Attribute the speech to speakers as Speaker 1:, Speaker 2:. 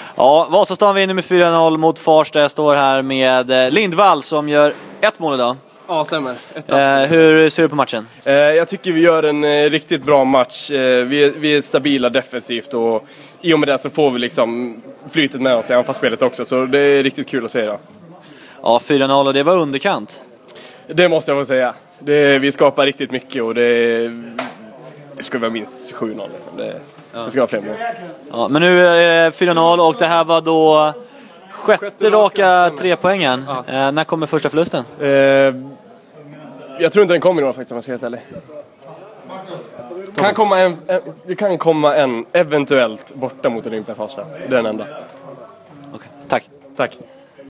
Speaker 1: Ja, Vasastan vinner med 4-0 mot Farsta. Jag står här med Lindvall som gör 1 mål idag.
Speaker 2: Ja, stämmer.
Speaker 1: Hur ser du på matchen?
Speaker 2: Jag tycker vi gör en riktigt bra match. Vi är stabila defensivt och i och med det så får vi liksom flytet med oss i anfallsspelet också. Så det är riktigt kul att se det.
Speaker 1: Ja, 4-0 och det var underkant.
Speaker 2: Det måste jag få säga. Vi skapar riktigt mycket och det ska vara minst 7-0 liksom. Det ska vara 5 mål.
Speaker 1: Ja, men nu är det 4-0 och det här var då sjätte raka 3-poängen.
Speaker 2: Ja.
Speaker 1: När kommer första förlusten?
Speaker 2: Jag tror inte den kommer någon faktiskt, om jag ska vara helt ärlig. Det kan komma en eventuellt borta mot Olympia Farsta. Det är den enda.
Speaker 1: Okej, tack.
Speaker 2: Tack.